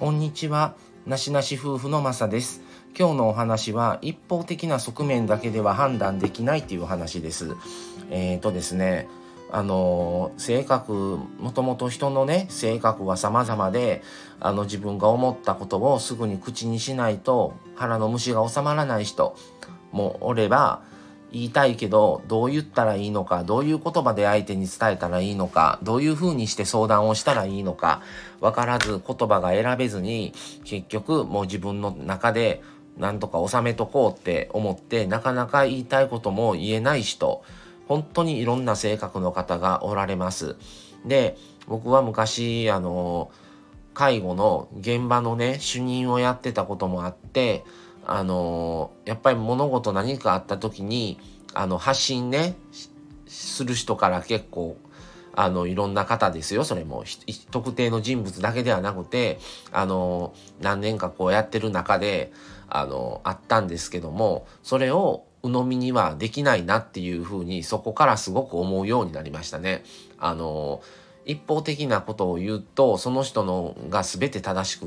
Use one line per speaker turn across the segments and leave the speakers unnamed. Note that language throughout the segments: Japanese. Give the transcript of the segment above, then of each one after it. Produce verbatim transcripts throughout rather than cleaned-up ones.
こんにちは。なしなし夫婦のまさです。今日のお話は一方的な側面だけでは判断できないという話です。えーとですね、あの性格、もともと人のね性格は様々で、あの自分が思ったことをすぐに口にしないと腹の虫が収まらない人もおれば、言いたいけどどう言ったらいいのか、どういう言葉で相手に伝えたらいいのか、どういう風にして相談をしたらいいのか分からず、言葉が選べずに、結局もう自分の中でなんとか収めとこうって思ってなかなか言いたいことも言えない人、本当にいろんな性格の方がおられます。で、僕は昔あの介護の現場のね主任をやってたこともあって、あのやっぱり物事何かあった時にあの発信ねする人から結構あのいろんな方ですよ。それも特定の人物だけではなくて、あの何年かこうやってる中であのあったんですけども、それを鵜呑みにはできないなっていうふうにそこからすごく思うようになりましたね。あの一方的なことを言うとその人のが全て正しくって、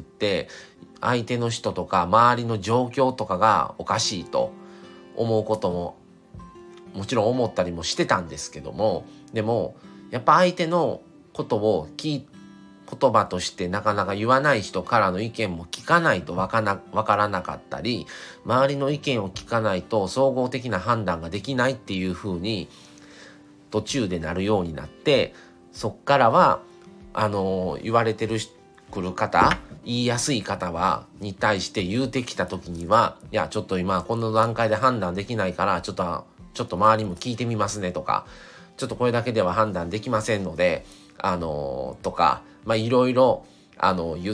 相手の人とか周りの状況とかがおかしいと思うことももちろん思ったりもしてたんですけども、でもやっぱ相手のことを聞言葉としてなかなか言わない人からの意見も聞かないとわかな、わからなかったり、周りの意見を聞かないと総合的な判断ができないっていう風に途中でなるようになって、そっからはあの言われてる来る方、言いやすい方はに対して言うてきた時には、いやちょっと今この段階で判断できないからちょっとちょっと周りも聞いてみますねとか、ちょっとこれだけでは判断できませんので、あのとか、まあいろいろあの言って、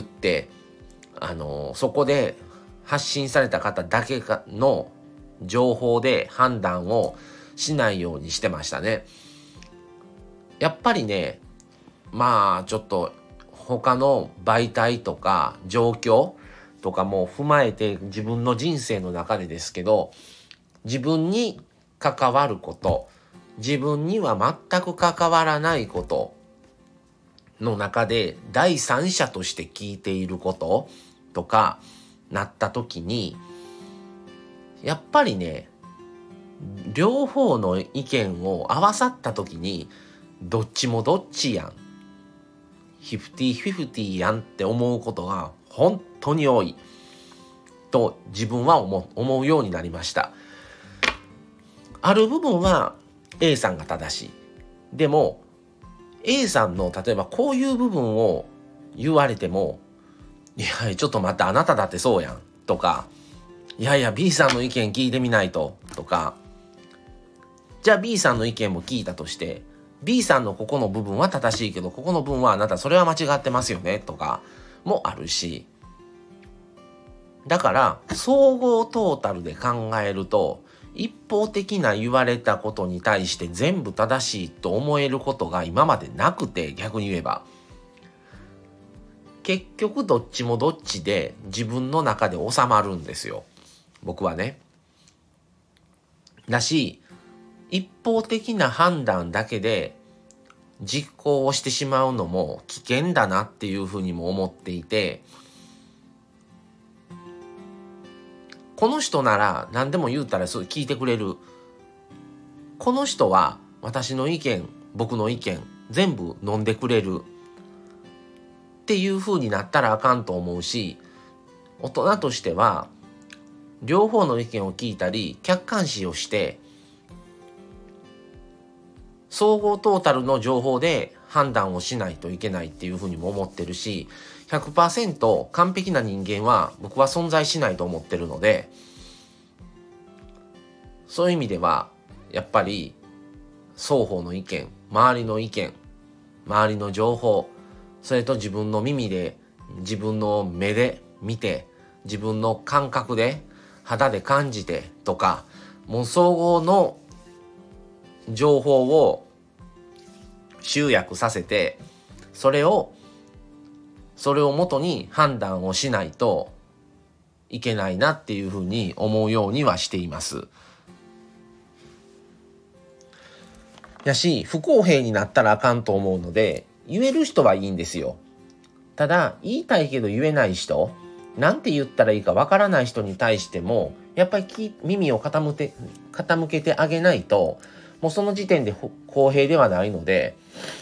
あのそこで発信された方だけの情報で判断をしないようにしてましたね。やっぱりね、まあちょっと他の媒体とか状況とかも踏まえて、自分の人生の中でですけど、自分に関わること、自分には全く関わらないことの中で第三者として聞いていることとかなった時に、やっぱりね、両方の意見を合わさった時にどっちもどっちやん、フィフティフィフティやんって思うことが本当に多いと自分は思う、思うようになりました。ある部分は A さんが正しい。でも A さんの例えばこういう部分を言われても、いやちょっと待って、あなただってそうやんとか、いやいや B さんの意見聞いてみないととか、じゃあ B さんの意見も聞いたとして、B さんのここの部分は正しいけどここの部分はあなたそれは間違ってますよねとかもあるし、だから総合トータルで考えると、一方的な言われたことに対して全部正しいと思えることが今までなくて、逆に言えば結局どっちもどっちで自分の中で収まるんですよ、僕はね。だし、一方的な判断だけで実行をしてしまうのも危険だなっていうふうにも思っていて、この人なら何でも言うたらそう聞いてくれる、この人は私の意見、僕の意見全部飲んでくれるっていう風になったらあかんと思うし、大人としては両方の意見を聞いたり客観視をして総合トータルの情報で判断をしないといけないっていう風にも思ってるし、 ひゃくパーセント 完璧な人間は僕は存在しないと思ってるので、そういう意味ではやっぱり双方の意見、周りの意見、周りの情報、それと自分の耳で、自分の目で見て、自分の感覚で肌で感じてとか、もう総合の情報を集約させて、それをそれをもとに判断をしないといけないなっていうふうに思うようにはしています。やし、不公平になったらあかんと思うので、言える人はいいんですよ。 ただ言いたいけど言えない人、なんて言ったらいいかわからない人に対してもやっぱり耳を傾けて傾けてあげないと、もうその時点で公平ではないので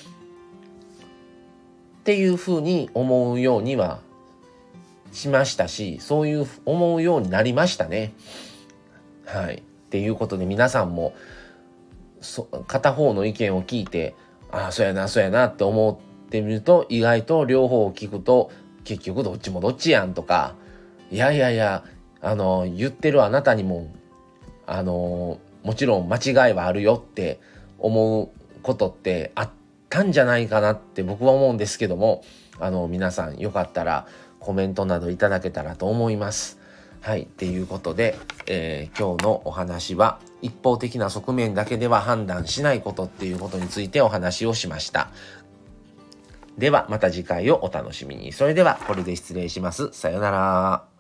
っていうふうに思うようにはしましたし、そういう思うようになりましたね。はい。っていうことで皆さんもそ片方の意見を聞いて、ああそうやなそうやなって思ってみると、意外と両方を聞くと結局どっちもどっちやんとか、いやいやいやあの言ってるあなたにもあのもちろん間違いはあるよって思うことってあったんじゃないかなって僕は思うんですけども、あの皆さんよかったらコメントなどいただけたらと思います。はい、っていうことで、えー、今日のお話は一方的な側面だけでは判断しないことっていうことについてお話をしました。ではまた次回をお楽しみに。それではこれで失礼します。さよなら。